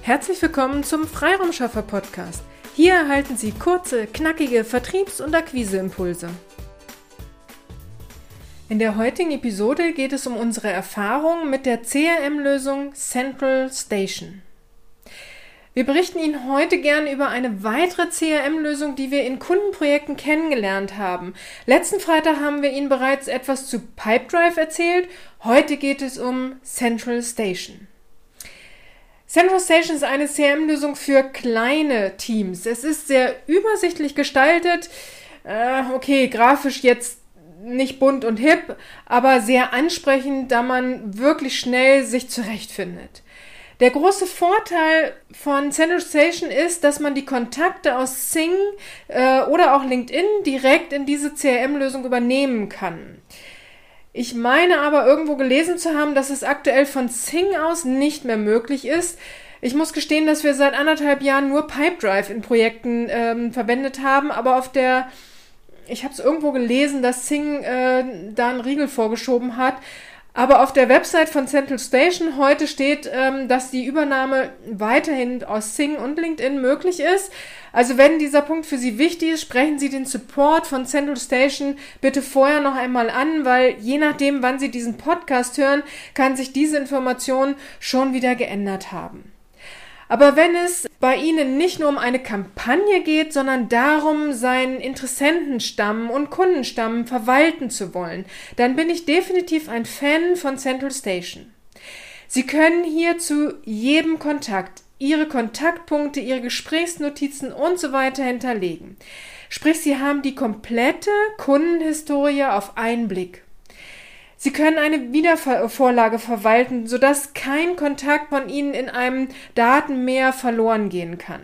Herzlich willkommen zum Freiraumschaffer-Podcast. Hier erhalten Sie kurze, knackige Vertriebs- und Akquiseimpulse. In der heutigen Episode geht es um unsere Erfahrungen mit der CRM-Lösung Central Station. Wir berichten Ihnen heute gern über eine weitere CRM-Lösung, die wir in Kundenprojekten kennengelernt haben. Letzten Freitag haben wir Ihnen bereits etwas zu Pipedrive erzählt. Heute geht es um Central Station. Central Station ist eine CRM-Lösung für kleine Teams. Es ist sehr übersichtlich gestaltet. Grafisch jetzt nicht bunt und hip, aber sehr ansprechend, da man wirklich schnell sich zurechtfindet. Der große Vorteil von Central Station ist, dass man die Kontakte aus Xing oder auch LinkedIn direkt in diese CRM-Lösung übernehmen kann. Ich meine aber irgendwo gelesen zu haben, dass es aktuell von Xing aus nicht mehr möglich ist. Ich muss gestehen, dass wir seit 1,5 Jahren nur Pipedrive in Projekten verwendet haben, aber ich habe es irgendwo gelesen, dass Xing da einen Riegel vorgeschoben hat. Aber auf der Website von Central Station heute steht, dass die Übernahme weiterhin aus Xing und LinkedIn möglich ist. Also wenn dieser Punkt für Sie wichtig ist, sprechen Sie den Support von Central Station bitte vorher noch einmal an, weil je nachdem, wann Sie diesen Podcast hören, kann sich diese Information schon wieder geändert haben. Aber wenn es bei Ihnen nicht nur um eine Kampagne geht, sondern darum, seinen Interessentenstamm und Kundenstamm verwalten zu wollen, dann bin ich definitiv ein Fan von Central Station. Sie können hier zu jedem Kontakt Ihre Kontaktpunkte, Ihre Gesprächsnotizen und so weiter hinterlegen. Sprich, Sie haben die komplette Kundenhistorie auf einen Blick. Sie können eine Wiedervorlage verwalten, sodass kein Kontakt von Ihnen in einem Datenmeer verloren gehen kann.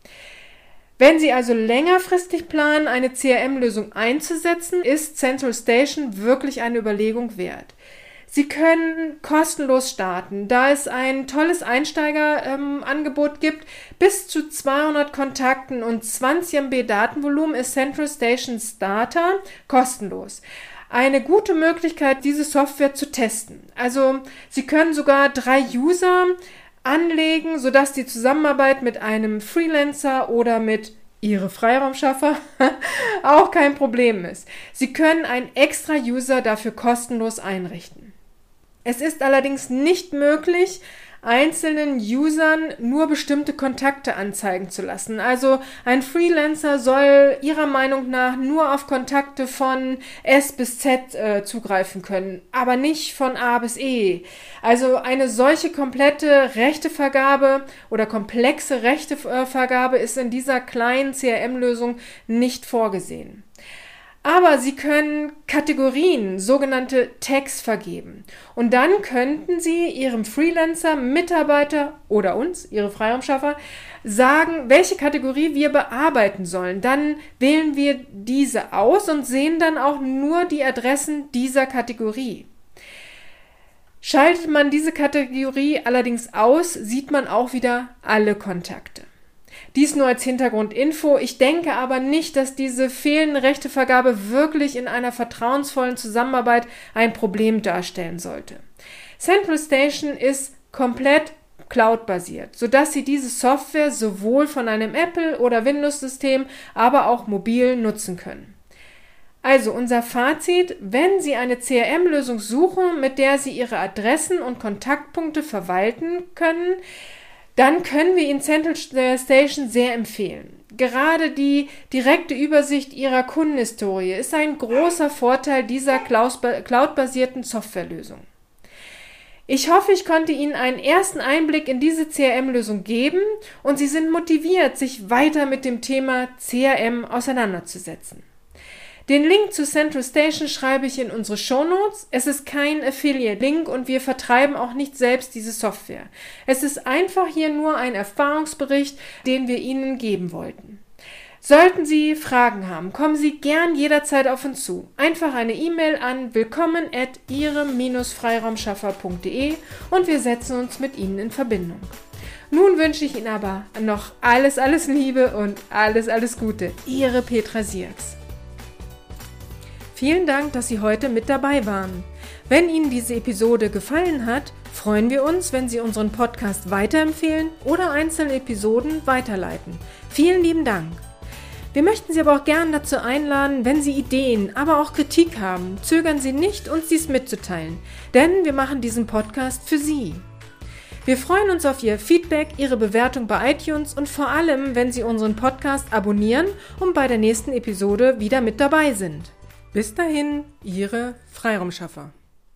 Wenn Sie also längerfristig planen, eine CRM-Lösung einzusetzen, ist Central Station wirklich eine Überlegung wert. Sie können kostenlos starten, da es ein tolles Einsteigerangebot gibt. Bis zu 200 Kontakten und 20 MB Datenvolumen ist Central Station Starter kostenlos. Eine gute Möglichkeit, diese Software zu testen. Also Sie können sogar 3 User anlegen, sodass die Zusammenarbeit mit einem Freelancer oder mit Ihre Freiraumschaffer auch kein Problem ist. Sie können einen extra User dafür kostenlos einrichten. Es ist allerdings nicht möglich, einzelnen Usern nur bestimmte Kontakte anzeigen zu lassen. Also ein Freelancer soll Ihrer Meinung nach nur auf Kontakte von S bis Z zugreifen können, aber nicht von A bis E. Also eine solche komplette Rechtevergabe oder komplexe Rechtevergabe ist in dieser kleinen CRM-Lösung nicht vorgesehen. Aber Sie können Kategorien, sogenannte Tags vergeben. Und dann könnten Sie Ihrem Freelancer, Mitarbeiter oder uns, Ihre Freiraumschaffer, sagen, welche Kategorie wir bearbeiten sollen. Dann wählen wir diese aus und sehen dann auch nur die Adressen dieser Kategorie. Schaltet man diese Kategorie allerdings aus, sieht man auch wieder alle Kontakte. Dies nur als Hintergrundinfo. Ich denke aber nicht, dass diese fehlende Rechtevergabe wirklich in einer vertrauensvollen Zusammenarbeit ein Problem darstellen sollte. Central Station ist komplett cloud-basiert, sodass Sie diese Software sowohl von einem Apple- oder Windows-System, aber auch mobil nutzen können. Also unser Fazit: Wenn Sie eine CRM-Lösung suchen, mit der Sie Ihre Adressen und Kontaktpunkte verwalten können, dann können wir Ihnen Central Station sehr empfehlen. Gerade die direkte Übersicht Ihrer Kundenhistorie ist ein großer Vorteil dieser cloud-basierten Softwarelösung. Ich hoffe, ich konnte Ihnen einen ersten Einblick in diese CRM-Lösung geben und Sie sind motiviert, sich weiter mit dem Thema CRM auseinanderzusetzen. Den Link zu Central Station schreibe ich in unsere Shownotes. Es ist kein Affiliate-Link und wir vertreiben auch nicht selbst diese Software. Es ist einfach hier nur ein Erfahrungsbericht, den wir Ihnen geben wollten. Sollten Sie Fragen haben, kommen Sie gern jederzeit auf uns zu. Einfach eine E-Mail an willkommen@Ihrem-Freiraumschaffer.de und wir setzen uns mit Ihnen in Verbindung. Nun wünsche ich Ihnen aber noch alles Liebe und alles Gute. Ihre Petra Sierks. Vielen Dank, dass Sie heute mit dabei waren. Wenn Ihnen diese Episode gefallen hat, freuen wir uns, wenn Sie unseren Podcast weiterempfehlen oder einzelne Episoden weiterleiten. Vielen lieben Dank. Wir möchten Sie aber auch gern dazu einladen, wenn Sie Ideen, aber auch Kritik haben, zögern Sie nicht, uns dies mitzuteilen, denn wir machen diesen Podcast für Sie. Wir freuen uns auf Ihr Feedback, Ihre Bewertung bei iTunes und vor allem, wenn Sie unseren Podcast abonnieren und bei der nächsten Episode wieder mit dabei sind. Bis dahin, Ihre Freiraumschaffer.